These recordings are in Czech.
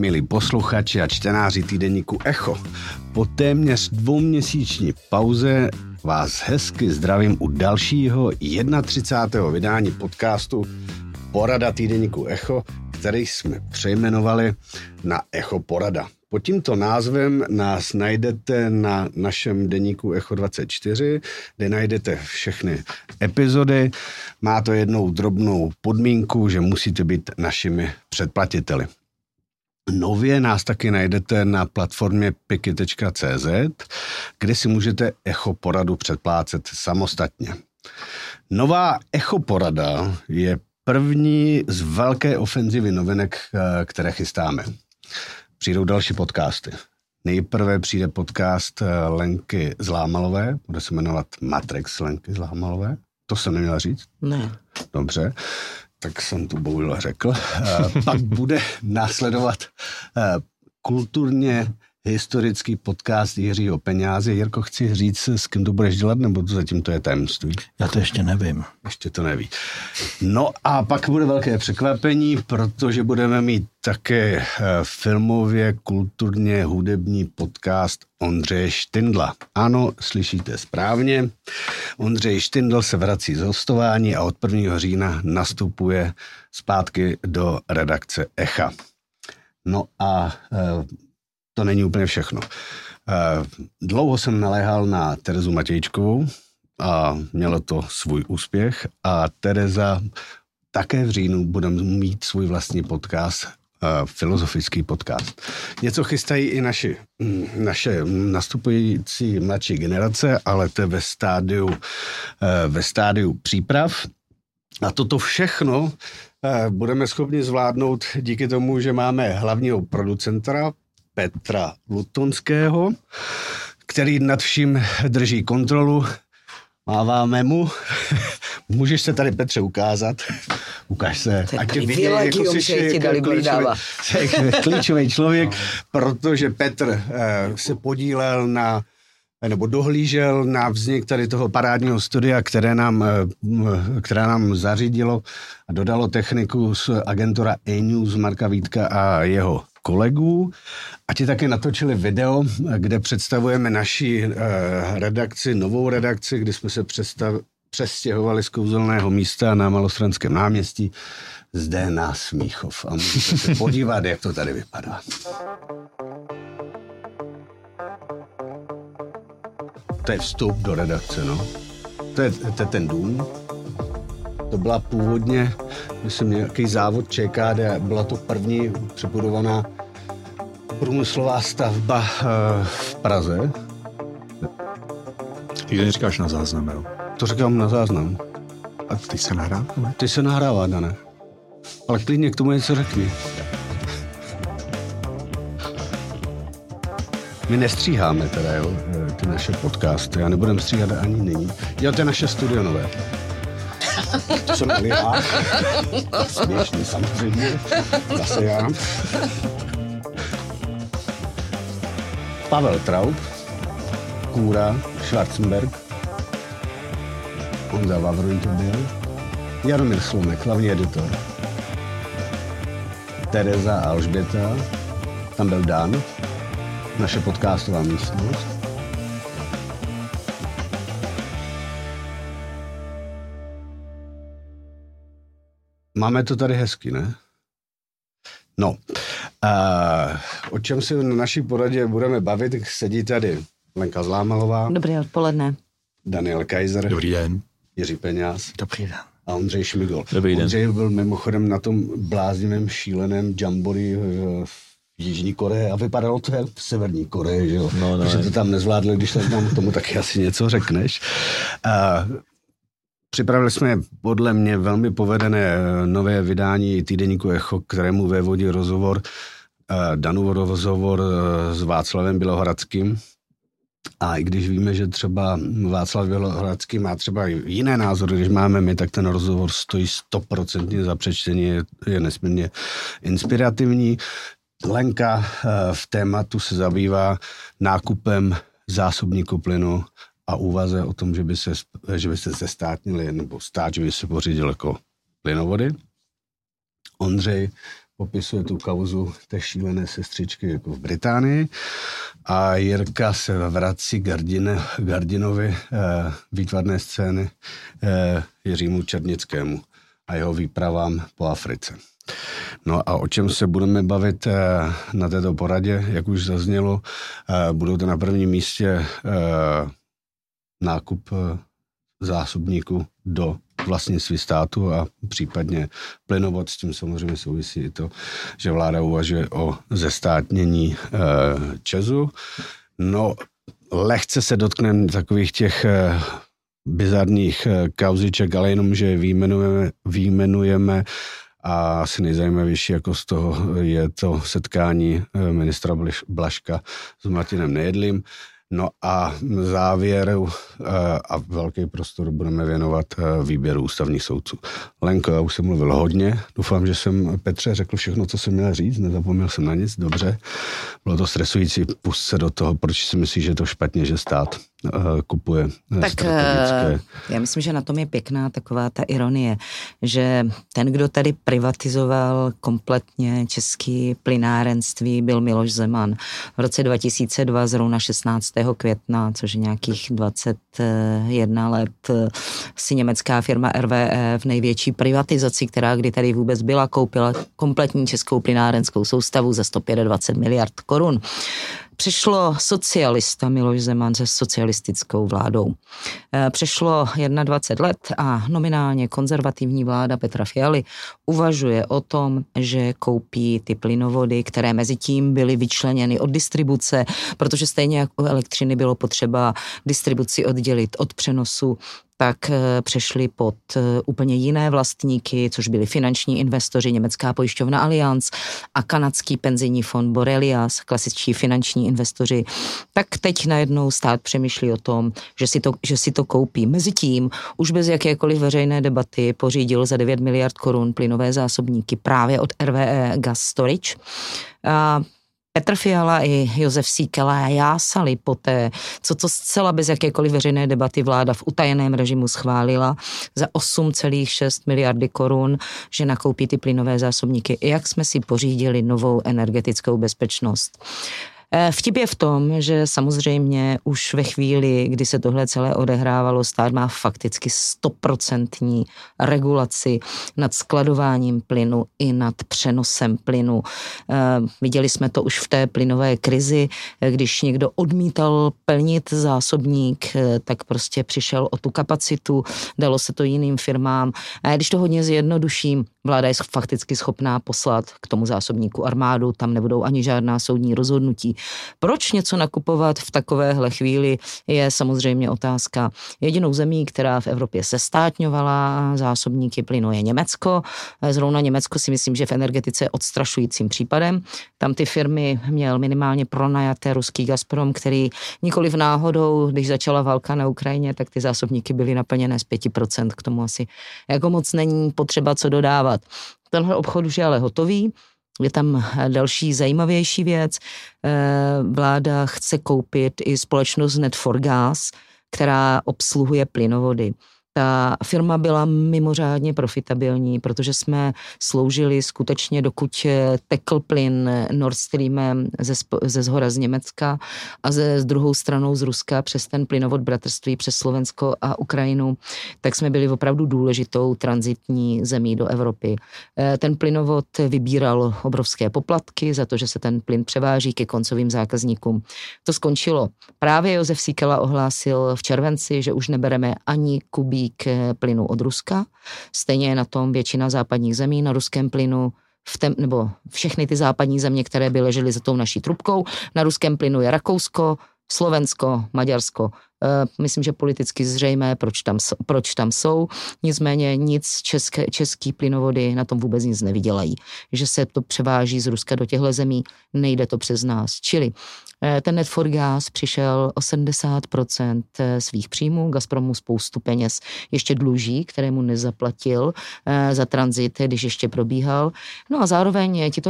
milí posluchači a čtenáři týdeníku Echo. Po téměř 2měsíční pauze vás hezky zdravím u dalšího 31. vydání podcastu Porada týdeníku Echo, který jsme přejmenovali na Echo Porada. Pod tímto názvem nás najdete na našem deníku Echo 24, kde najdete všechny epizody. Má to jednou drobnou podmínku, že musíte být našimi předplatiteli. Nově nás taky najdete na platformě piky.cz, kde si můžete Echo Poradu předplácet samostatně. Nová Echo Porada je první z velké ofenzivy novinek, které chystáme. Přijdou další podcasty. Nejprve přijde podcast Lenky Zlámalové, bude se jmenovat Matrix Lenky Zlámalové. To jsem neměla říct? Ne. Dobře, tak jsem tu bohužel řekl. Pak bude následovat kulturně historický podcast Jiřího Peňáze. Jirko, chci říct, s kým to budeš dělat, nebo to zatím to je tajemství? Já to ještě nevím. Ještě to neví. No a pak bude velké překvapení, protože budeme mít také filmově, kulturně, hudební podcast Ondřeje Štindla. Ano, slyšíte správně. Ondřej Štindl se vrací z hostování a od 1. října nastupuje zpátky do redakce Echa. No a to není úplně všechno. Dlouho jsem naléhal na Terezu Matějčkovou a mělo to svůj úspěch a Tereza také v říjnu bude mít svůj vlastní podcast, filozofický podcast. Něco chystají i naše nastupující mladší generace, ale to je ve stádiu příprav. A toto všechno budeme schopni zvládnout díky tomu, že máme hlavního producenta Petra Lutonského, který nad vším drží kontrolu. Máváme mu. Můžeš se tady, Petře, ukázat? Ukáž se. Ať tě vidí, jako jsi klíčový člověk, protože Petr se podílel nebo dohlížel na vznik tady toho parádního studia, které nám zařídilo a dodalo techniku z agentura E-News Marka Vítka a jeho kolegů. A ti také natočili video, kde představujeme naši redakci, novou redakci, kdy jsme se přestěhovali z kouzelného místa na Malostranském náměstí zde na Smíchov. A můžete se podívat, jak to tady vypadá. To je vstup do redakce, no. To je ten dům. To byla původně, myslím, nějaký závod ČKD, byla to první přebudovaná průmyslová stavba v Praze. Ty to neříkáš na záznam, jo? To říkám na záznam. A ty se nahrává? Ty se nahrává, Dane. Ale klidně k tomu něco řekni. My nestříháme teda, jo, ty naše podcasty. Já nebudem stříhat ani nyní. Jo, to je naše studio nové. To jsem byl já. Směšný samozřejmě. Zase já. Pavel Traub, Kůra, Schwarzenberg, Honza Vavruň to byl, Jaromír Slomek, hlavní editor, Tereza a Alžběta, tam byl Dan, naše podcastová místnost. Máme to tady hezky, ne? No, o čem si na naší poradě budeme bavit, sedí tady Lenka Zlámalová. Dobrý odpoledne. Daniel Kaiser. Dobrý den. Jiří Peňáz. Dobrý den. A Ondřej Šmigol. Dobrý den. Ondřej byl mimochodem na tom bláznivém, šíleném jamboree v Jižní Koreji a vypadalo to jak v Severní Koreji, že jo? No, protože to tam nezvládli, když tak nám k tomu taky asi něco řekneš. Připravili jsme podle mě velmi povedené nové vydání týdeníku Echo, kterému vévodí Danův rozhovor s Václavem Bělohradským. A i když víme, že třeba Václav Bělohradský má třeba jiné názory, když máme my, tak ten rozhovor stojí 100% za přečtení, je nesmírně inspirativní. Lenka v tématu se zabývá nákupem zásobníku plynu a úvaze o tom, že by se zestátnili, nebo stát, že by se pořídil jako plynovody. Ondřej popisuje tu kauzu té šílené sestřičky jako v Británii a Jirka se vrací Gardinovi výtvarné scény Jiřímu Černickému a jeho výpravám po Africe. No a o čem se budeme bavit na této poradě, jak už zaznělo, budou to na prvním místě nákup zásobníků do vlastnictví státu a případně plynovod, s tím samozřejmě souvisí i to, že vláda uvažuje o zestátnění ČEZu. No, lehce se dotkneme takových těch bizarních kauziček, ale jenom, že výjmenujeme a asi nejzajímavější jako z toho je to setkání ministra Blažka s Martinem Nejedlým. No a závěru a velký prostor budeme věnovat výběru ústavních soudců. Lenko, já už jsem mluvil hodně. Doufám, že jsem Petře řekl všechno, co jsem měl říct. Nezapomněl jsem na nic. Dobře. Bylo to stresující. Pust se do toho. Proč si myslíš, že je to špatně, že stát kupuje strategické... Já myslím, že na tom je pěkná taková ta ironie, že ten, kdo tady privatizoval kompletně český plynárenství, byl Miloš Zeman. V roce 2002 zrovna 16. května, což je nějakých 21 let, si německá firma RWE v největší privatizaci, která kdy tady vůbec byla, koupila kompletní českou plynárenskou soustavu za 125 miliard korun. Přešlo socialista Miloš Zeman se socialistickou vládou. Přešlo 21 let a nominálně konzervativní vláda Petra Fialy uvažuje o tom, že koupí ty plynovody, které mezi tím byly vyčleněny od distribuce, protože stejně jako elektřiny bylo potřeba distribuci oddělit od přenosu, tak přešli pod úplně jiné vlastníky, což byli finanční investoři, německá pojišťovna Allianz a kanadský penzijní fond Borelias, klasičtí finanční investoři. Tak teď najednou stát přemýšlí o tom, že si to koupí. Mezitím už bez jakékoliv veřejné debaty pořídil za 9 miliard korun plynové zásobníky právě od RWE Gas Storage. A Petr Fiala i Jozef Síkela jásali poté, co to zcela bez jakékoliv veřejné debaty vláda v utajeném režimu schválila za 8,6 miliardy korun, že nakoupí ty plynové zásobníky. Jak jsme si pořídili novou energetickou bezpečnost. Vtip je v tom, že samozřejmě už ve chvíli, kdy se tohle celé odehrávalo, stát má fakticky 100% regulaci nad skladováním plynu i nad přenosem plynu. Viděli jsme to už v té plynové krizi, když někdo odmítal plnit zásobník, tak prostě přišel o tu kapacitu, dalo se to jiným firmám. A když to hodně zjednoduším, vláda je fakticky schopná poslat k tomu zásobníku armádu, tam nebudou ani žádná soudní rozhodnutí. Proč něco nakupovat v takovéhle chvíli, je samozřejmě otázka. Jedinou zemí, která v Evropě sestátňovala zásobníky plynu, je Německo. Zrovna Německo si myslím, že v energetice je odstrašujícím případem. Tam ty firmy měl minimálně pronajaté ruský Gazprom, který nikoliv náhodou, když začala válka na Ukrajině, tak ty zásobníky byly naplněné z 5%. K tomu asi jako moc není potřeba co dodávat. Tenhle obchod už je ale hotový. Je tam další zajímavější věc. Vláda chce koupit i společnost Net4Gas, která obsluhuje plynovody. Ta firma byla mimořádně profitabilní, protože jsme sloužili skutečně, dokud tekl plyn Nord Streamem ze zhora z Německa a z druhou stranou z Ruska přes ten plynovod bratrství přes Slovensko a Ukrajinu, tak jsme byli opravdu důležitou tranzitní zemí do Evropy. Ten plynovod vybíral obrovské poplatky za to, že se ten plyn převáží ke koncovým zákazníkům. To skončilo. Právě Josef Síkela ohlásil v červenci, že už nebereme ani kubík plynu od Ruska. Stejně je na tom většina západních zemí na ruském plynu, nebo všechny ty západní země, které by ležely za tou naší trubkou. Na ruském plynu je Rakousko, Slovensko, Maďarsko. Myslím, že politicky zřejmé, proč tam jsou. Nicméně český plynovody na tom vůbec nic nevydělají. Že se to převáží z Ruska do těchto zemí, nejde to přes nás. Čili ten Net4Gas přišel o 70% svých příjmů, Gazpromu spoustu peněz ještě dluží, kterému nezaplatil za tranzit, když ještě probíhal. No a zároveň tito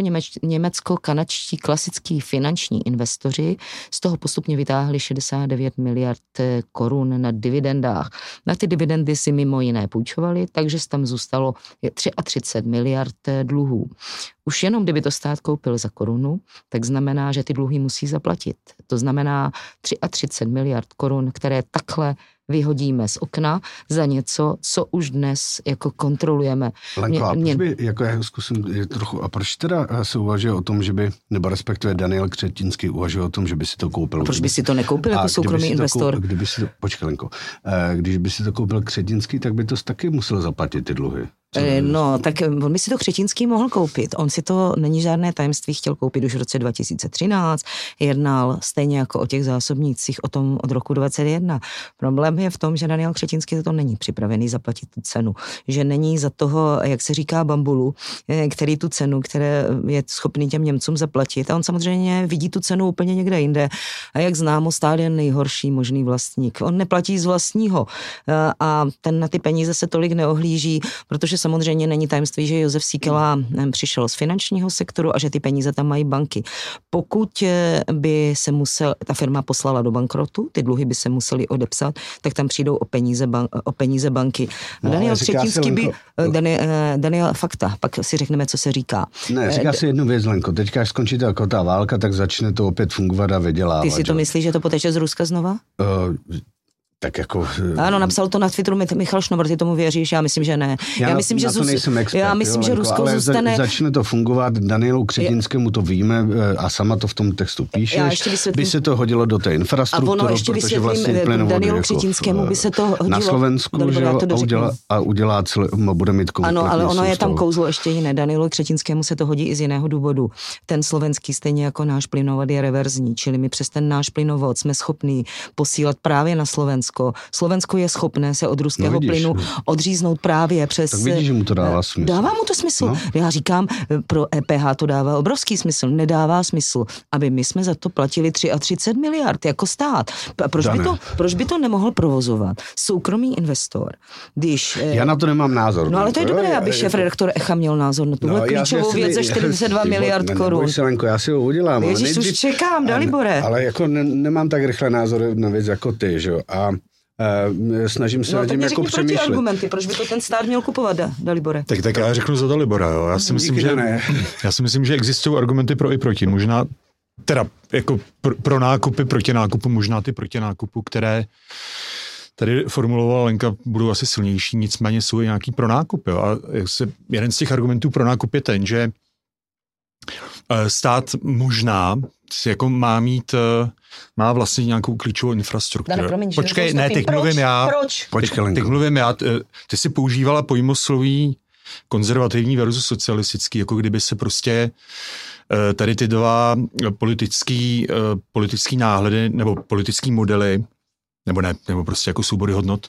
německo-kanadští klasický finanční investoři z toho postupně vytáhli 69 miliard miliarce korun na dividendách. Na ty dividendy si mimo jiné půjčovali, takže tam zůstalo 33 miliard dluhů. Už jenom kdyby to stát koupil za korunu, tak znamená, že ty dluhy musí zaplatit. To znamená 33 miliard korun, které takhle vyhodíme z okna za něco, co už dnes jako kontrolujeme. Lenko, a proč by, jako já zkusím trochu, a proč teda se uvažuje o tom, že by, nebo respektive Daniel Křetínský uvažuje o tom, že by si to koupil? Proč by si to nekoupil jako soukromý investor? Počkej, Lenko, když by si to koupil Křetínský, tak by to taky musel zaplatit ty dluhy. No, tak on by si to Křetínský mohl koupit. On si to, není žádné tajemství, chtěl koupit už v roce 2013, jednal stejně jako o těch zásobnících o tom od roku 2021. Problém je v tom, že Daniel Křetínský za to není připravený zaplatit tu cenu. Že není za toho, jak se říká, bambulu, který tu cenu, které je schopný těm Němcům zaplatit. A on samozřejmě vidí tu cenu úplně někde jinde. A jak známo, stát je nejhorší možný vlastník. On neplatí z vlastního a ten na ty peníze se tolik neohlíží, protože samozřejmě není tajemství, že Josef Síkela přišel z finančního sektoru a že ty peníze tam mají banky. Pokud by se ta firma poslala do bankrotu, ty dluhy by se musely odepsat, tak tam přijdou o peníze banky. No, Daniel Křetínský by... Daniel, fakta, pak si řekneme, co se říká. Ne, říká si jednu věc, Lenko, teďka až skončí ta válka, tak začne to opět fungovat a vydělávat. Ty si to myslíš, že to poteče z Ruska znova? Tak jako... Ano, napsal to na Twitteru Michal Šnobr, ty tomu věříš? Já myslím, že ne. Já myslím, že nejsem expert, já myslím, že Rusko ale zůstane... začne to fungovat, Danielu Křetinskému to víme a sama to v tom textu píšeš. By se to hodilo do té infrastruktury, protože vlastně plynovody Danielu Křetinskému by se to hodilo na Slovensku, a udělá bude mít kompletní. Ano, ale ono je tam kouzlo ještě jiné. Danielu Křetinskému se to hodí i z jiného důvodu. Ten slovenský stejně jako náš plynovod je reverzní, čili my přes ten náš plynovod jsme schopní posílat právě na Slovensko. Slovensko je schopné se od ruského plynu odříznout právě přes... Tak vidíš, že mu to dává smysl. Dává mu to smysl. No? Já říkám, pro EPH to dává obrovský smysl. Nedává smysl, aby my jsme za to platili 33 miliard jako stát. Proč by to nemohl provozovat soukromý investor? Když... Já na to nemám názor. No ale to je dobré, aby šéfredaktor ECHA měl názor na tuhle klíčovou věc za 42 miliard korun. Neboj se, Lenko, já si ho udělám. Ježiš, už čekám, Dalibore. Ale jako nemám tak rychle názor na věc jako ty, že jo. A snažím se nad tím jako přemýšlet. Argumenty, proč by to ten stát měl kupovat, Dalibore? Tak já řeknu za Dalibora, jo. Já si myslím, že existují argumenty pro i proti. Možná teda jako pro nákupy, proti nákupu, možná ty proti nákupu, které tady formulovala Lenka, budou asi silnější, nicméně jsou i nějaký pro nákup, jo. A jeden z těch argumentů pro nákup je ten, že stát možná jako má vlastně nějakou klíčovou infrastrukturu. Počkej, ne, teď mluvím já. Proč? Teď mluvím já. Ty si používala pojmosloví konzervativní versus socialistický, jako kdyby se prostě tady ty dva politický náhledy nebo politický modely, nebo prostě jako soubory hodnot,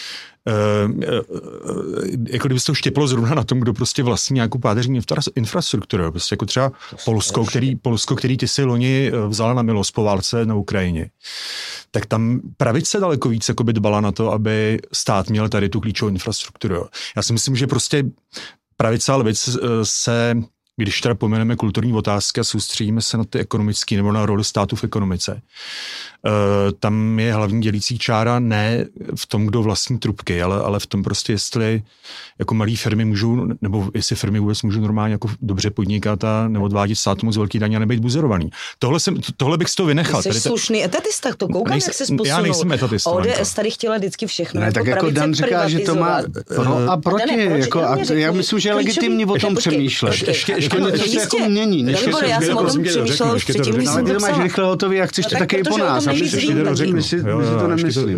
jako kdyby se to štěplo zrovna na tom, kdo prostě vlastní nějakou páteřní infrastrukturu. Prostě jako třeba Polsko, který ty si loni vzala na milost po válce na Ukrajině. Tak tam pravice daleko víc jako by dbala na to, aby stát měl tady tu klíčovou infrastrukturu. Já si myslím, že prostě pravice a levice se, když teda pomeneme kulturní otázky a soustředíme se na ty ekonomické nebo na roli státu v ekonomice, tam je hlavní dělící čára ne v tom, kdo vlastní trubky, ale v tom prostě, jestli jako malý firmy můžou, nebo jestli firmy vůbec můžou normálně jako dobře podnikat a neodvádět státu moc velký daň a nebejt buzerovaný. Tohle bych z toho vynechal. Ty jsi slušný etatista, to koukám, jak se posunul. Já nejsem etatista. ODS tady chtěla vždycky všechno. Ne, tak jako Dan říká, že to má pro a proti. Já myslím, že je legitimní o tom přemýšlet. Ještě něco se jako mění. Já jsem o tom přemýšlel už předtím, když jsem to psala. Máš rychle hotový a chceš to taky po nás. Ještě to nemyslím.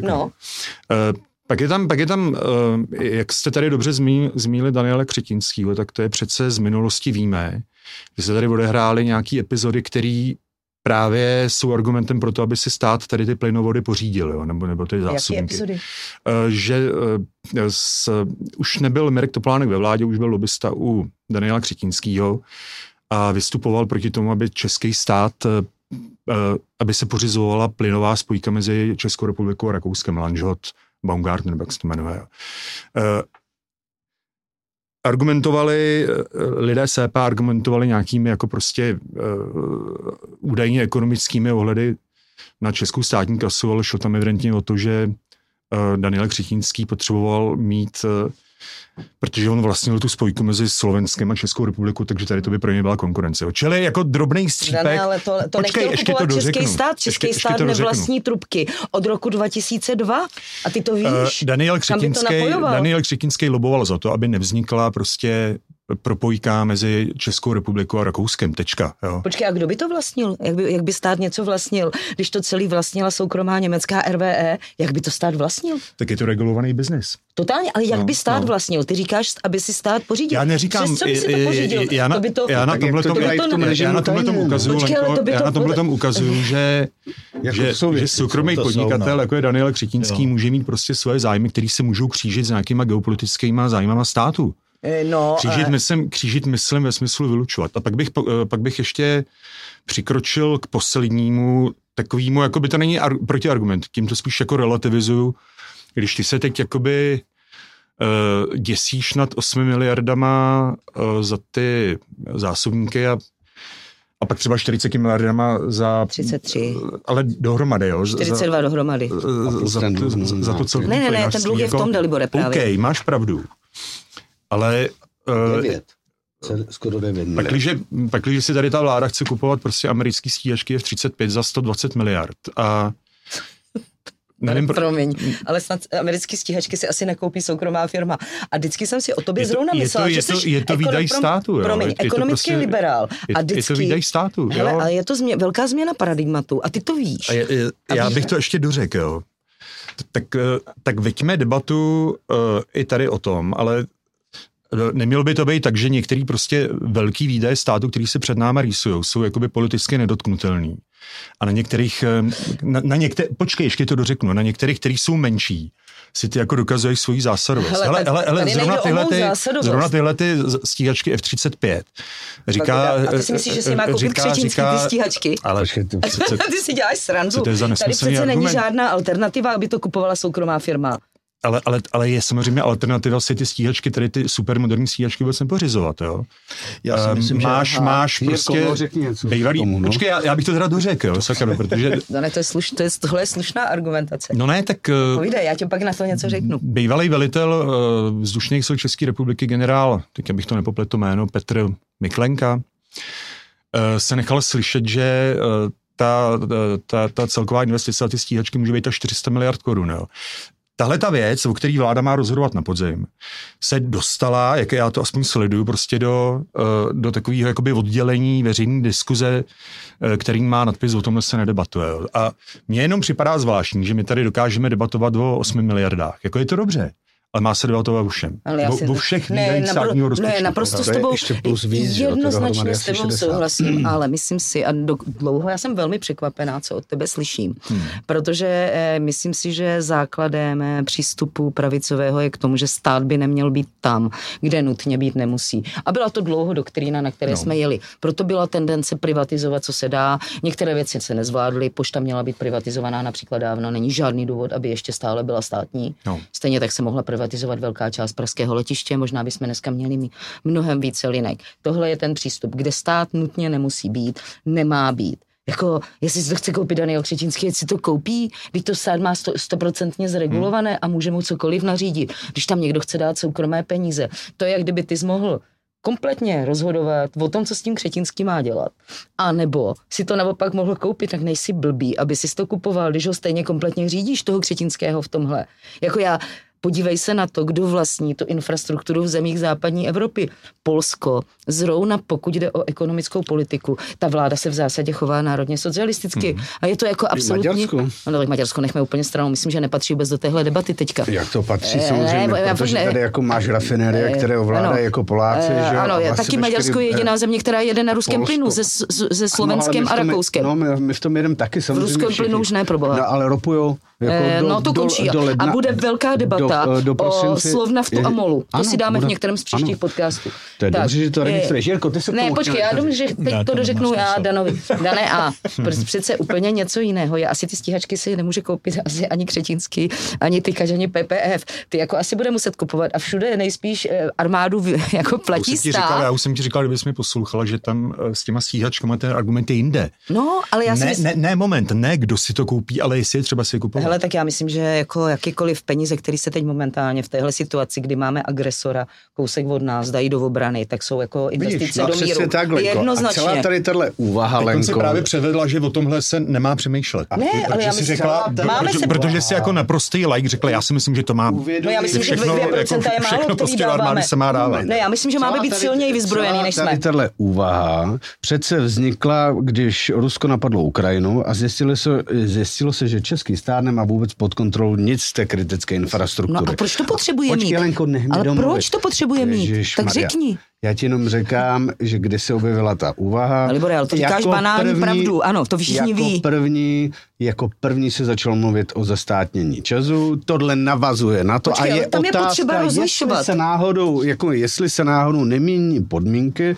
Pak je tam, jak jste tady dobře zmínili Daniela Křetínského, tak to je přece z minulosti víme, že se tady odehrály nějaký epizody, které právě jsou argumentem pro to, aby si stát tady ty plynovody pořídil, jo? Nebo ty zásobníky. Jaké epizody? Že už nebyl Mirek Topolánek ve vládě, už byl lobista u Daniela Křetínského a vystupoval proti tomu, aby český stát aby se pořizovala plynová spojka mezi Českou republikou a Rakouskem, Lanžhot, Baumgarten, nebo jak se to jmenuje. Lidé CPA argumentovali nějakými jako prostě údajně ekonomickými ohledy na českou státní kasu, ale šlo tam evidentně o to, že Daniel Křetínský potřeboval mít, protože on vlastnil tu spojku mezi Slovenskem a Českou republikou, takže tady to by pro ně byla konkurence. Čili jako drobnej střípek. Dane, ale to nechtěl kupovat český stát. Český stát nevlastní trubky od roku 2002 a ty to víš. Daniel Křetínský loboval za to, aby nevznikla prostě propojka mezi Českou republikou a Rakouskem. Tečka. Jo. Počkej, a kdo by to vlastnil? Jak by stát něco vlastnil? Když to celý vlastnila soukromá německá RWE, jak by to stát vlastnil? Tak je to regulovaný biznis. Totálně, ale jak by stát vlastnil? Ty říkáš, aby si stát pořídil. Já neříkám, co by si to pořídil? Já na tomhle tomu ukazuju, že soukromý podnikatel, jako je Daniel Křetínský, může mít prostě svoje zájmy, které se můžou křížit s nějakýma geopolitickými zájmama státu. Křížit myslím ve smyslu vylučovat. A pak bych ještě přikročil k poslednímu takovému, jako by to není protiargument, tím to spíš jako relativizuju. Když ty se teď jakoby děsíš nad 8 miliardama za ty zásobníky a pak třeba 40 miliardama za... 33. Ale dohromady, jo? 42 dohromady. Za to celé. Ne, ten dluh je v tom, Dalibore, právě. OK, máš pravdu. Ale... 9. Skoro 9 miliard. Pakliže si tady ta vláda chce kupovat prostě americký stíhačky F-35 za 120 miliard a... Nevím, promiň, ale snad americký stíhačky si asi nekoupí soukromá firma. A vždycky jsem si o tobě zrovna myslela, že jsi... Je to výdaj státu, jo. Promiň, ekonomický prostě, liberál. A vždycky... Je to výdaj státu, hele, ale je to velká změna paradigmatu a ty to víš. Já bych to ještě dořekl, jo. Tak veďme debatu i tady o tom, ale nemělo by to být tak, že některý prostě velký výdaje státu, který se před náma rýsujou, jsou jakoby politicky nedotknutelný. A na některých, počkej, ještě to dořeknu, na některých, který jsou menší, si ty jako dokazují svoji zásadovost. Hele, zrovna tyhle ty stíhačky F-35. Říká... A ty si myslíš, že si má koupit Křetínský ty stíhačky? Ale ty si děláš srandu. Tady přece není žádná alternativa, aby to kupovala soukromá firma. Ale je samozřejmě alternativa si ty stíhačky, tady ty supermoderní stíhačky vůbec nepořizovat, jo? Já si myslím, máš prostě bývalý... Počkej, já bych to teda dořekl, jo, sakra, protože... Tohle je slušná argumentace. No ne, tak... Povídej, já ti pak na to něco řeknu. Bývalý velitel vzdušných sil České republiky generál, tak abych to nepopletl jméno, Petr Miklenka, se nechal slyšet, že ta celková investice na ty stíhačky může být až 400 miliard korun, jo. Tahle ta věc, o který vláda má rozhodovat na podzim, se dostala, jak já to aspoň sleduju, prostě do takového jakoby oddělení veřejné diskuze, který má nadpis o tomhle se nedebatuje. A mně jenom připadá zvláštní, že my tady dokážeme debatovat o 8 miliardách. Jako je to dobře, ale má se debatovat o všem. O všech výdajích státního rozpočtu. Ne, naprosto s tebou jednoznačně s tebou souhlasím, ale myslím si, a dlouho já jsem velmi překvapená, co od tebe slyším, protože myslím si, že základem přístupu pravicového je k tomu, že stát by neměl být tam, kde nutně být nemusí. A byla to dlouho doktrína, na které jsme jeli. Proto byla tendence privatizovat, co se dá. Některé věci se nezvládly, pošta měla být privatizovaná například dávno, není žádný důvod, aby ještě stále byla státní. Stejně tak se mohla privatizovat velká část pražského letiště, možná bychom dneska měli mít mnohem více linek. Tohle je ten přístup, kde stát nutně nemusí být, nemá být. Jako, jestli si to chce koupit Daniel Křetínský, jestli si to koupí, když to stát má 100% zregulované a může mu cokoliv nařídit. Když tam někdo chce dát soukromé peníze, to je, jak kdyby ty jsi mohl kompletně rozhodovat o tom, co s tím Křetínský má dělat. A nebo si to naopak mohl koupit, tak nejsi blbý, aby si to kupoval, když ho stejně kompletně řídíš toho Křetínského v tomhle. Jako podívej se na to, kdo vlastní tu infrastrukturu v zemích západní Evropy. Polsko, zrovna pokud jde o ekonomickou politiku, ta vláda se v zásadě chová národně socialisticky. A je to jako absolutní... Maďarsko. No tak Maďarsko nechme úplně stranou, myslím, že nepatří vůbec do téhle debaty teďka. Jak to patří samozřejmě, protože tady jako máš rafinérie, které ovládají jako Poláci. Že? Ano, vlastně taky Maďarsko je jediná země, která jede na ruském plynu se Slovenskem a Rakouskem. No, my v tom jedeme taky samozřejmě. V ruském plynu už ne, proboha. No, ale ropu jo. Jako to končí. A bude velká debata debata do prosince. O Slovnaftu a MOLu. To ano, si dáme bude, v některém z příštích podcastů. To je dobře, že to registruješ. Jirko, ty se Ne, počkej, já domů, že teď to dořeknu já Danovi. Dané, a přece úplně něco jiného. Já asi ty stíhačky si nemůže koupit asi ani Křetínský, ani Tykač, ani PPF. Ty jako asi bude muset kupovat a všude nejspíš armádu jako platí stát. Já už jsem ti říkal, kdybys mi poslouchala, že tam s těma stíhačkama ten argument je jinde. No, ale já si ne, kdo si to koupí, ale jestli je třeba si kupovat. Hele, tak já myslím, že jako jakýkoliv peníze, který se teď momentálně v téhle situaci, kdy máme agresora kousek od nás, dají do obrany, tak jsou jako investice do míru. Jednoznačně. A celá tady tahle úvaha, Lenko. Si právě převedla, že o tomhle se nemá přemýšlet. Ne, ale já myslím, protože si jako naprostý like řekla, já si myslím, že to má. No já myslím, že 2% je málo, který dáváme. Se má dávat. Ne, já myslím, že máme být silněji vyzbrojený, než jsme. Tady tahle úvaha přece vznikla, když Rusko napadlo Ukrajinu a zjistilo se, že český stát nemá vůbec pod kontrolou nic z té kritické infrastruktury. No a proč to potřebuje mít? Lenko, ale proč to potřebuje mít? Tak řekni. Já ti jenom říkám, že když se objevila ta úvaha... Libore, ale to říkáš banální pravdu, ano, to všichni ví. Jako první se začalo mluvit o zastátnění ČEZu, tohle navazuje na to. Počkej, a je tam otázka, je rozlišovat. Jestli se náhodou nemění podmínky,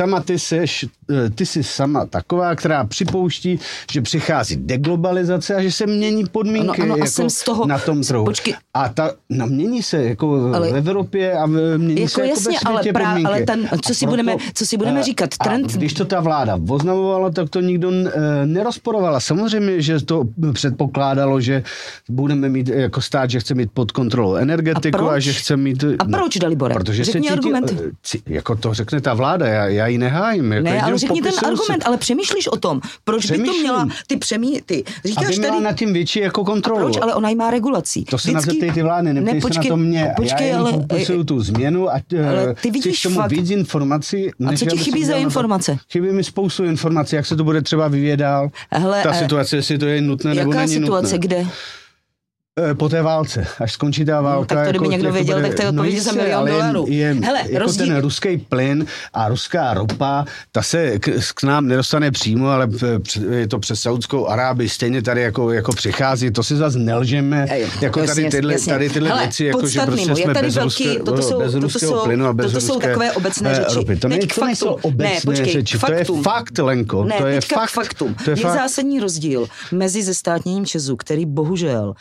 ty jsi sama taková, která připouští, že přichází deglobalizace a že se mění podmínky na tom trhu. Počkej. A mění se jako v Evropě a mění se jako ve světě podmínky. Ale co si budeme říkat? Trend... Když to ta vláda oznamovala, tak to nikdo nerozporovala. Samozřejmě, že to předpokládalo, že budeme mít jako stát, že chce mít pod kontrolou energetiku a že chce mít... A proč, Dalibore? Protože řekni argument. Jako to řekne ta vláda, já ji nehájím. Jako ne, ale řekni ten argument, ale přemýšlíš o tom. Proč by to měla... Ty říkáš aby měla tady... na tím větší jako kontrolu. A proč? Ale ona jí má regulací. To se nazeptej ty vlády, neptej se na to mě. Já jenom popisuju tu změnu a ty vidíš tomu víc informací. A co ti chybí za informace? Chybí mi spoustu informací, jak se to bude třeba vyvíjet dál. Ta situace, jestli to je nutné nebo není nutné. Jaká situace, kde? Po té válce, až skončí ta válka. Tak to kdyby někdo věděl, tak to je odpověď za $1 000 000. Hele, jako ten ruský plyn a ruská ropa, ta se k nám nedostane přímo, ale je to přes Saudskou Arábii, stejně tady jako přichází, to si zase nelžeme, jako jasně, tady tyhle věci, jako že prostě jsme bez ruského plynu a bez ruské jsou takové obecné řeči. Ropy. To nejsou obecné řeči, to je fakt, Lenko. Ne, teďka k faktům. Je zásadní rozdíl mezi zestátněním ČEZu, který bohužel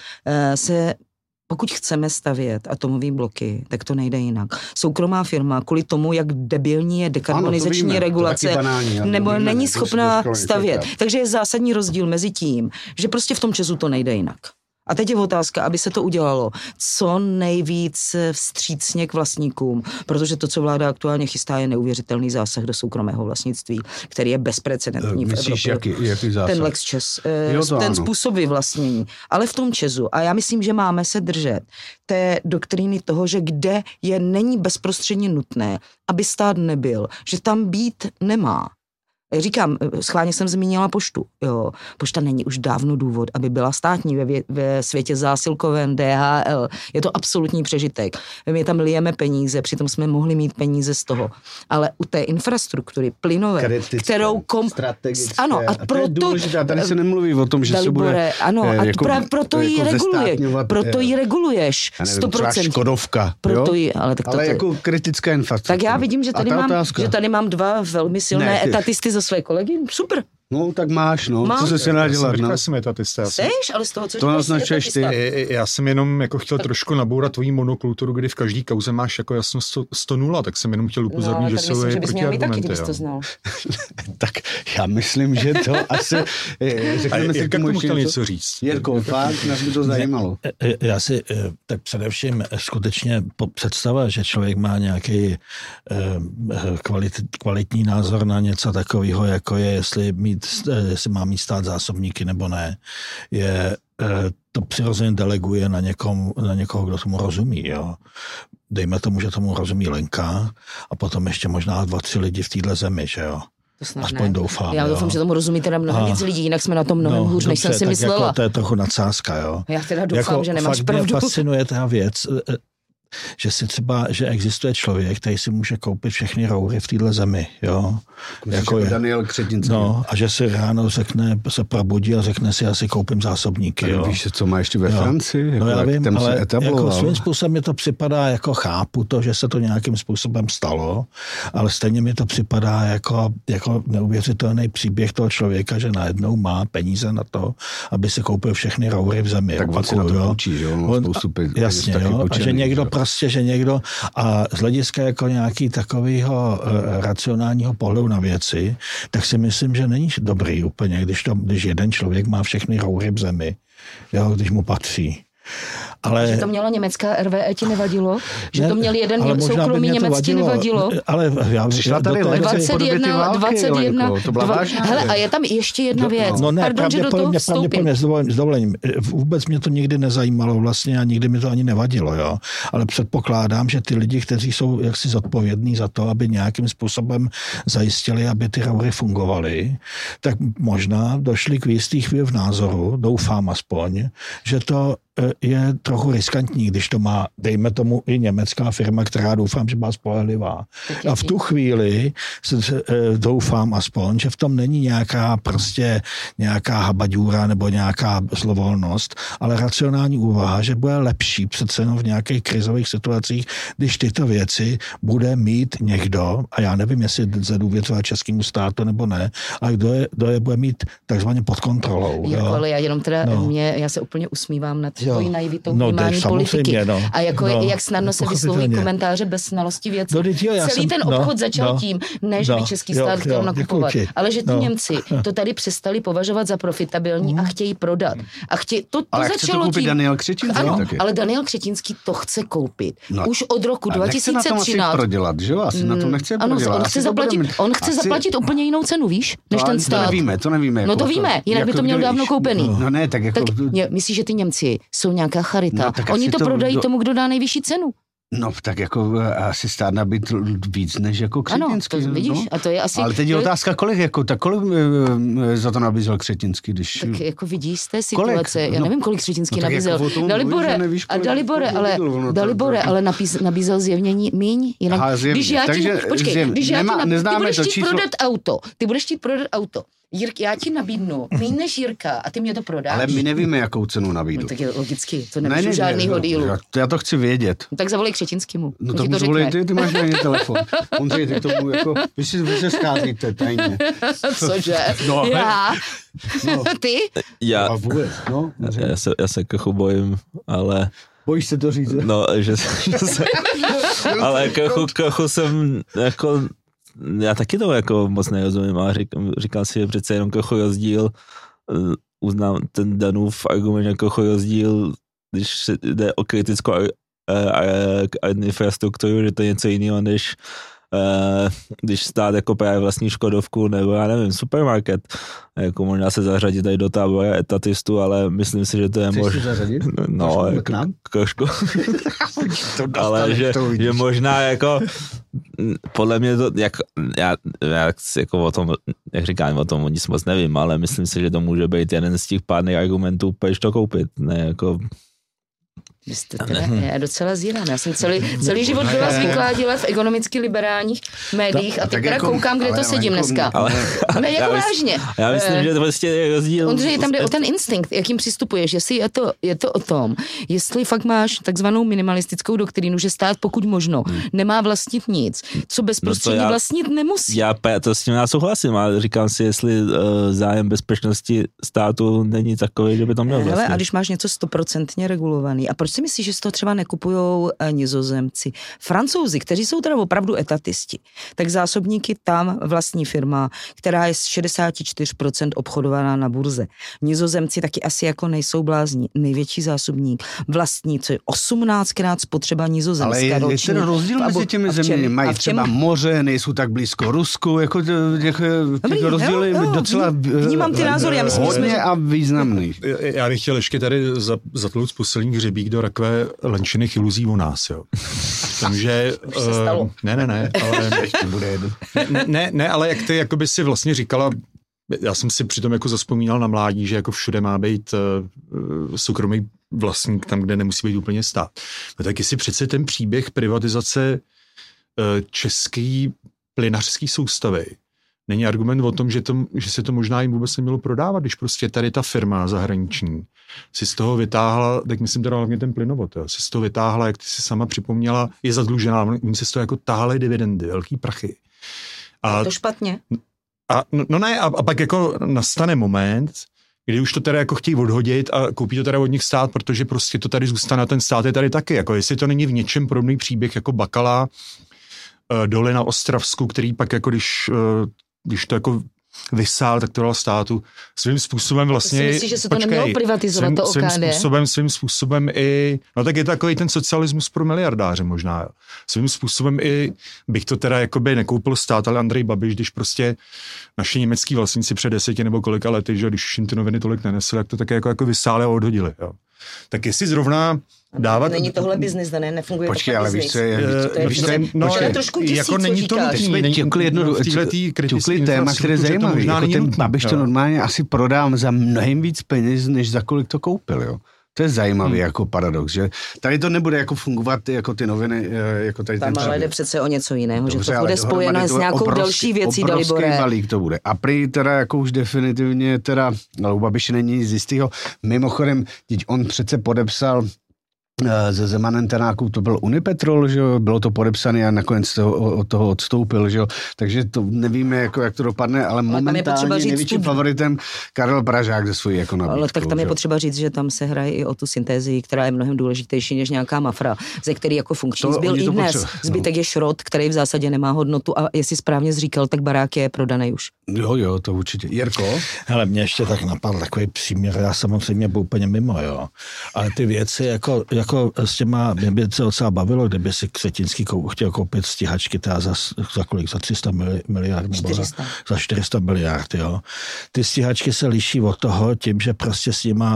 pokud chceme stavět atomové bloky, tak to nejde jinak. Soukromá firma kvůli tomu, jak debilní je dekarbonizační regulace, nebo není schopná stavět. Takže je zásadní rozdíl mezi tím, že prostě v tom ČEZu to nejde jinak. A teď je otázka, aby se to udělalo co nejvíc vstřícně k vlastníkům, protože to, co vláda aktuálně chystá, je neuvěřitelný zásah do soukromého vlastnictví, který je bezprecedentní v Evropě. Jaký zásah? Ten Lex ČEZ, ten způsob vyvlastnění. Ale v tom ČEZu, a já myslím, že máme se držet té doktríny toho, že kde není bezprostředně nutné, aby stát nebyl, že tam být nemá. Říkám, schválně jsem zmínila poštu. Jo. Pošta není už dávno důvod, aby byla státní ve světě zásilkoven, DHL. Je to absolutní přežitek. My tam lijeme peníze, přitom jsme mohli mít peníze z toho. Ale u té infrastruktury plynové, kterou... Ano, a proto... To je důležité, tady se nemluví o tom, že Dalibore, se bude... Ano, a proto ji reguluješ. 100%. Škodovka. Ale jako kritická infrastruktura. Tak já vidím, že tady mám dva velmi silné etatisty za své kolegy. Super. No, tak máš, co se dá dělat, no. Jsem etatista. Seš, ale z toho, co to naznačuješ ty. Já jsem jenom jako chtěl trošku nabourat tvojí monokulturu, kdy v každý kauze máš jako jasno 100-0, tak jsem jenom chtěl upozornit, že jsou je protiargumenty. Tak já myslím, že to asi... Řekneme si k tomu chtěl něco říct. Jirko, fakt, nás by to zajímalo. Já si tak především skutečně představa, že člověk má nějaký kvalitní názor na něco takového, jako je, jestli má mít stát zásobníky nebo ne, to přirozeně deleguje na někoho, kdo tomu rozumí. Jo. Dejme tomu, že tomu rozumí Lenka a potom ještě možná 2-3 lidi v téhle zemi, že jo. Aspoň doufám. Já doufám, že tomu rozumí teda mnohem víc lidí, jinak jsme na tom mnohem hůř, než jsem si myslela. Jako, to je trochu nadsázka, jo. Já teda doufám, že nemáš pravdu. Mě fascinuje ta věc. že si třeba, že existuje člověk, který si může koupit všechny roury v téhle zemi, jo. Jako je Daniel Křetínský. No, a že si ráno se probudí a řekne si, já si koupím zásobníky, jo. Víš, co má ještě ve Francii? Jako, no já vím, ale jako svým způsobem mi to připadá, jako chápu to, že se to nějakým způsobem stalo, ale stejně mi to připadá jako neuvěřitelný příběh toho člověka, že najednou má peníze na to, aby si koupil všechny roury v zemi. Tak on si na to půjčí, že on spoustu jasně, jo, a že někdo a z hlediska jako nějaký takového racionálního pohledu na věci, tak si myslím, že není dobrý úplně, když jeden člověk má všechny roury v zemi, jo, když mu patří. Ale že to měla německá RWE, ti nevadilo? Že to měl jeden soukromý německý nevadilo? Ale já přišla tady 21, to byla vážná. Hele, a je tam ještě jedna věc. No ne, pardon, že do toho vstoupím. S dovolením. Vůbec mě to nikdy nezajímalo vlastně a nikdy mi to ani nevadilo, jo. Ale předpokládám, že ty lidi, kteří jsou jaksi zodpovědní za to, aby nějakým způsobem zajistili, aby ty roury fungovaly, tak možná došli k jistý chvíli v názoru, doufám aspoň, že to je trochu riskantní, když to má, dejme tomu, i německá firma, která doufám, že byla spolehlivá. A v tu chvíli doufám aspoň, že v tom není nějaká habaďůra nebo nějaká zlovolnost, ale racionální úvaha, že bude lepší přece jenom v nějakých krizových situacích, když tyto věci bude mít někdo, a já nevím, jestli lze důvěřovat českému státu nebo ne, ale kdo je bude mít takzvaně pod kontrolou. Ale já jenom teda, já se úplně usmívám nad tvojí naivitou vnímání politiky. A jak snadno se vyslovují komentáře bez znalosti věcí. Celý ten obchod začal tím, než by český stát chtěl nakupovat. Ale že ty Němci to tady přestali považovat za profitabilní a chtějí prodat. To začalo tím. Daniel Křetínský. Ano, ale Daniel Křetínský to chce koupit. Už od roku 2013. Nechce na tom prodělat, že jo? Asi na tom nechce prodělat. On chce zaplatit úplně jinou cenu, víš, než ten stát. To nevíme. No to víme, jinak by to měl dávno koupený. No ne, tak jako... Myslíš, že ty Němci jsou nějaká charita? Oni to prodají tomu, kdo dá nejvyšší cenu. No, tak jako asi stát nabít víc než jako Křetínský. Ano, to vidíš, a to je asi... Ale teď je otázka, kolik za to nabízel Křetínský, když... Tak jako vidíš z té situace, já nevím, kolik Křetínský nabízel. Dalibore, ale nabízel zjevně míň, jinak... Aha, zjevně. Když já ty budeš chtít prodat auto, já ti nabídnu méně než Jirka a ty mě to prodáš. Ale my nevíme, jakou cenu nabídnu. No, tak je logicky, to nepíšu žádnýho dílu. Já to chci vědět. No, tak zavolej Křetínskýmu. No to zavolej ty máš na něj telefon. Ondřej, ty k tomu jako, vy se scházíte tajně. Cože? No, já? No. Ty? Já se Kochu bojím, ale... Bojíš se to říct? No, že se... Ale Kochu jsem jako... Já taky to jako moc nerozumím, ale říkám si, že přece jenom Kochu rozdíl, uznám ten Danův argument jako Kochu rozdíl, když jde o kritickou infrastrukturu, že to je něco jiného, než když stát jako právě vlastní Škodovku nebo já nevím, supermarket. Jako možná se zařadit tady do tábora etatistů, ale myslím si, že to je možné. Chceš se zařadit? No, trošku. Ale že možná jako podle mě to, já jako o tom, jak říkám, o tom nic moc nevím, ale myslím si, že to může být jeden z těch pádných argumentů, proč to koupit. Ne, jako já docela zírám. Já jsem celý život byla zvyklá dělat v ekonomicky liberálních médiích a teď teda koukám, kde to sedím dneska. Ale jako vážně. Já myslím, že to prostě je rozdíl. Ondřej, tam jde o ten instinkt, jakým přistupuješ, jestli je to o tom, jestli fakt máš takzvanou minimalistickou doktrínu, že stát pokud možno nemá vlastnit nic, co bezprostředně vlastnit nemusí. To s tím já souhlasím, ale říkám si, jestli zájem bezpečnosti státu není takový, že by to měl vlastnit. Hele, a když máš něco 100% regulovaný, a proč si myslíš, že z toho třeba nekupujou Nizozemci? Francouzi, kteří jsou teda opravdu etatisti, tak zásobníky tam vlastní firma, která je z 64% obchodovaná na burze. Nizozemci taky asi jako nejsou blázní. Největší zásobník vlastní, co je 18krát spotřeba nizozemská roční. Ale je ten rozdíl mezi těmi zeměmi. Mají třeba moře, nejsou tak blízko Rusku, jako těch rozdíly docela vnímám ty názory, já myslím, hodně a významný. Já bych chtěl ještě tady zatlout poslední hřebík do rakve Lenčiných iluzí o nás, jo. Takže... Ne, ale... Ne, ale jak ty jakoby si vlastně říkala, já jsem si přitom jako zazpomínal na mládí, že jako všude má být soukromý vlastník tam, kde nemusí být úplně stát. No tak jestli přece ten příběh privatizace české plynařské soustavy není argument o tom, že se to možná jim vůbec nemělo prodávat, když prostě tady ta firma zahraniční si z toho vytáhla, tak myslím teda hlavně ten plynovod, si z toho vytáhla, jak ty si sama připomněla, je zadlužená, jim se z toho jako táhly dividendy, velký prachy. Je to špatně? A pak jako nastane moment, kdy už to teda jako chtějí odhodit a koupí to teda od nich stát, protože prostě to tady zůstane a ten stát je tady taky. Jako jestli to není v něčem podobný příběh jako Bakala, Doly na Ostravsku, který pak jako když to jako vysál, tak to dal státu. Svým způsobem vlastně... Myslíš, že se to nemělo privatizovat, to OKD? Svým způsobem i... No tak je takový ten socialismus pro miliardáře možná. Jo. Svým způsobem i bych to teda jakoby nekoupil stát, ale Andrej Babiš, když prostě naši německý vlastníci před 10 nebo kolika lety, že když jim ty noviny tolik nenesli, tak to také jako vysáli a odhodili. Jo. Tak jestli zrovna dávat... Není tohle biznis, ne? Nefunguje to počkej, ale víš, co je... trošku tisíc, jako není to nutný. Ťukli téma, které je zajímavý. Jako ten Babiš to normálně asi prodám za mnohem víc peněz, než za kolik to koupil, jo. To je zajímavý jako paradox, že tady to nebude jako fungovat jako ty noviny, jako tady tam ale jde přece o něco jiného, dobře, že to bude spojeno s nějakou další věcí, Dalibore. Obrovský balík to bude. A prý teda jako už definitivně teda, no u Babiše není nic jistýho. Mimochodem, on přece podepsal ze Zemanem Tenáků, to byl Unipetrol, že jo, bylo to podepsané a nakonec od toho odstoupil, že jo, takže to nevíme, jako, jak to dopadne, ale momentálně největším favoritem Karel Pražák ze svojí jako nabídkou. Ale tak tam je potřeba říct, že tam se hraje i o tu syntézi, která je mnohem důležitější než nějaká mafra, ze který jako funkční zbyl i dnes. Zbytek je šrot, který v zásadě nemá hodnotu a jestli správně zříkal, tak barák je prodaný už. Jo, to určitě. Jirko? Hele, mě ještě tak napadl takový příměr, já samozřejmě byl úplně mimo, jo, ale ty věci jako s těma, mě by se docela bavilo, kdyby si Křetinský chtěl koupit stíhačky teda za kolik? Za 300 miliard? 400. Za 400 miliard, jo. Ty stíhačky se liší od toho tím, že prostě s nima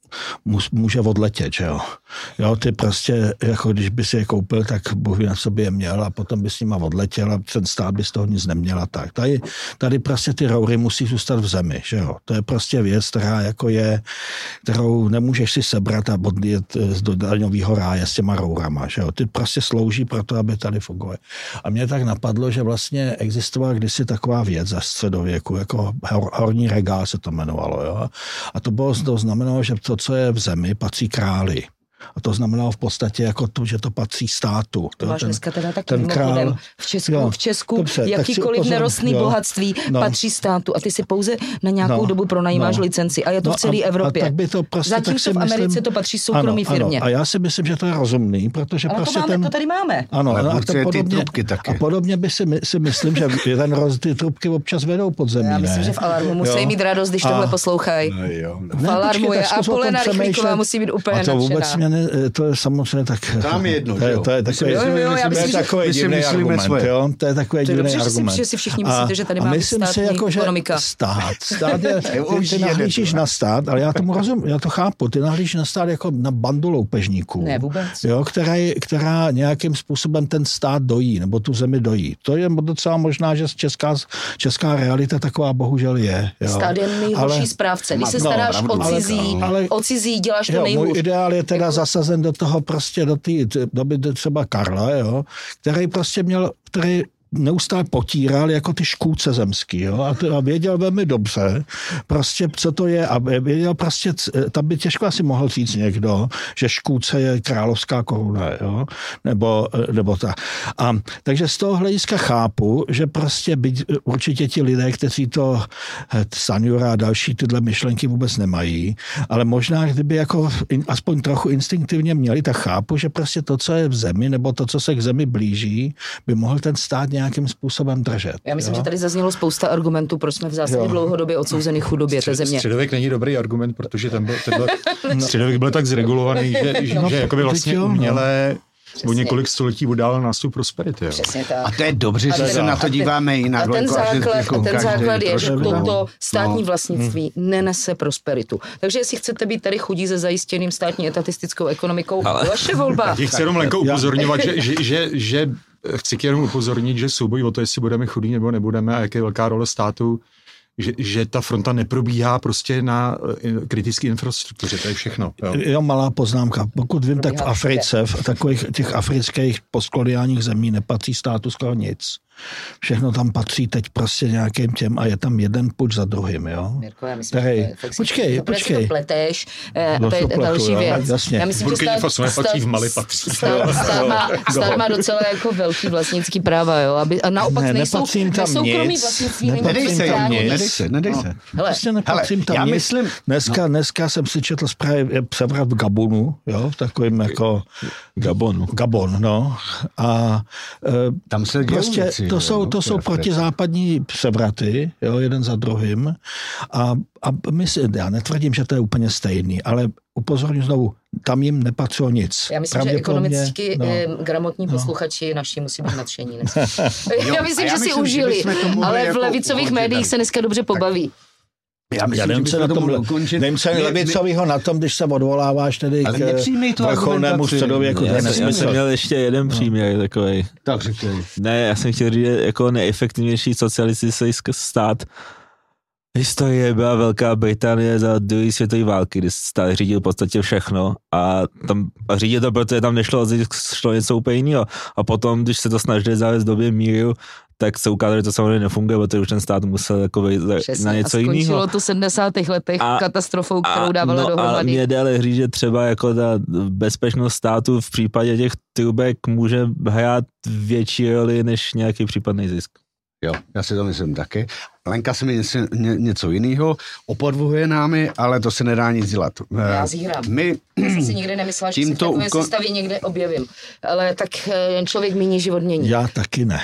může odletět, že jo. Jo, ty prostě, jako když by si je koupil, tak Bůh ví, na co by je měl a potom by s nima odletěl a ten stát by z toho nic neměl a tak. Tady prostě ty roury musí zůstat v zemi, že jo. To je prostě věc, která jako je, kterou nemůžeš si sebrat a odjet do daňového ráje s těma rourama, že jo. Ty prostě slouží pro to, aby tady fungovaly. A mě tak napadlo, že vlastně existovala kdysi taková věc za středověku, jako horní regál se to jmenovalo, jo. A to znamenalo, že to, co je v zemi, patří králi. A to znamenalo v podstatě jako to, že to patří státu. To máš dneska teda taky mimochodem. V Česku dobře, jakýkoliv nerostný bohatství patří státu a ty si pouze na nějakou dobu pronajímáš licenci a je to v celé Evropě. Tak by to prostě, zatímco v Americe to patří soukromý firmě. Ano. A já si myslím, že to je rozumný, protože ale prostě to tady máme. Ano, a podobně by si myslím, že ty trubky občas vedou pod zemí. Já myslím, že v Alarmu musí mít radost, když tohle poslouchají. V Alarmu je a Polena Rychlíková musí být úplně nadšená. To je samozřejmě tak... Tam je jedno, že jo? To je takový divný argument, jo? To je takový divný argument. Že si všichni myslíte, že tady máme státní ekonomika. Stát je... Ty nahlížíš na stát, ale já tomu rozumím, já to chápu. Ty nahlížíš na stát jako na bandu loupežníků. Ne, vůbec. Jo, která nějakým způsobem ten stát dojí, nebo tu zemi dojí. To je docela možná, že česká realita taková bohužel je. Jo? Stát je nejhorší správce. Když se staráš o cizí, děláš to nejhůř. Můj ideál je teda zasazen do toho prostě do té doby třeba Karla, jo, který neustále potíral jako ty škůdce zemský, jo, a věděl velmi dobře prostě, co to je a věděl prostě, tam by těžko asi mohl říct někdo, že škůdce je královská koruna, jo, nebo ta. A takže z toho hlediska chápu, že prostě určitě ti lidé, kteří to Stanjura a další tyhle myšlenky vůbec nemají, ale možná, kdyby jako aspoň trochu instinktivně měli, tak chápu, že prostě to, co je v zemi, nebo to, co se k zemi blíží, by mohl ten stát nějakým způsobem držet. Já myslím, že tady zaznělo spousta argumentů, proč jsme v zásadě dlouhodobě odsouzeni chudobě té země. Středověk není dobrý argument, protože středověk byl tak zregulovaný, že jakoby vlastně uměle o několik století udál nástup prosperity. A to je dobře, že se na to díváme jinak. A ten základ je, že toto státní vlastnictví nenese prosperitu. Takže jestli chcete být tady chudí se zajištěným státní etatistickou ekonomikou, vaše volba. Já chci jenom Lenko upozorňovat, že chci jenom upozornit, že souboj o to, jestli budeme chudí nebo nebudeme a jaká je velká role státu, že ta fronta neprobíhá prostě na kritické infrastruktuře, to je všechno. Jo, malá poznámka. Pokud vím, tak v Africe, v takových těch afrických postkoloniálních zemí nepatří státu skoro nic. Všechno tam patří teď prostě nějakým těm a je tam jeden puč za druhým, jo? Mirko, já myslím, že počkej. to pleteš, to je další věc. Jasně. Já myslím, Burkina Faso nepatří, v Mali patří. Stát má docela jako velký vlastnický práva, jo? A naopak nesoukromý vlastnictví. Nedej se. Prostě nepatřím tam nic. Dneska jsem si četl převrat v Gabonu, jo? V takovým jako... Gabon, no. A tam se prostě to jsou protizápadní převraty, jo, jeden za druhým. A já netvrdím, že to je úplně stejný, ale upozorňuji znovu, tam jim nepatřilo nic. Já myslím, že ekonomicky gramotní posluchači naši musí být nadšení. Já myslím, že si užili, ale v levicových médiích se dneska dobře pobaví. Já nevím, co levicovýho na tom, když se odvoláváš tedy k vrcholnému středověku. Já jsem měl ještě jeden příměr takovej. Tak řekněj. Ne, já jsem chtěl říct, jako neefektivnější socialistický stát historie byla Velká Británie za druhé světové války, kdy stát řídil v podstatě všechno a řídil to, protože tam šlo něco úplně jiného. A potom, když se to snažili zavést v době míru, tak se ukázalo, že to samozřejmě nefunguje, protože už ten stát musel jako na něco jiného. Skončilo to v 70. letech katastrofou, kterou dávalo dohromady. A mě jde říct, že třeba jako ta bezpečnost státu v případě těch trubek může hrát větší roli než nějaký případný zisk. Jo, já si to myslím taky. Lenka se mi něco jiného opodvuhuje námi, ale to se nedá nic dělat. Já zírám. Já jsem si nikdy nemyslela, že se takové sestavy někde objevím. Ale tak člověk míní, život mění. Já taky ne.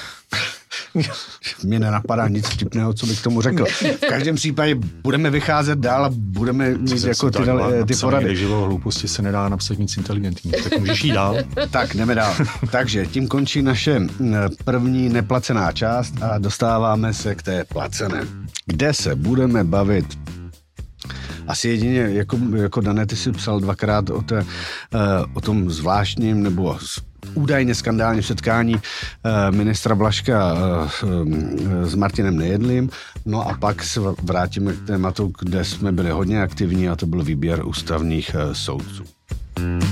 Mně nenapadá nic vtipného, co bych tomu řekl. V každém případě budeme vycházet dál a budeme mít jako ty porady. Živou hlouposti se nedá napsat nic inteligentního, tak můžeš jít dál. Tak, jdeme dál. Takže tím končí naše první neplacená část a dostáváme se k té placené, kde se budeme bavit. Asi jedině, jako Dané, ty jsi psal dvakrát o tom zvláštním nebo údajně skandálním setkání ministra Blažka s Martinem Nejedlým. No a pak se vrátíme k tématu, kde jsme byli hodně aktivní a to byl výběr ústavních soudců.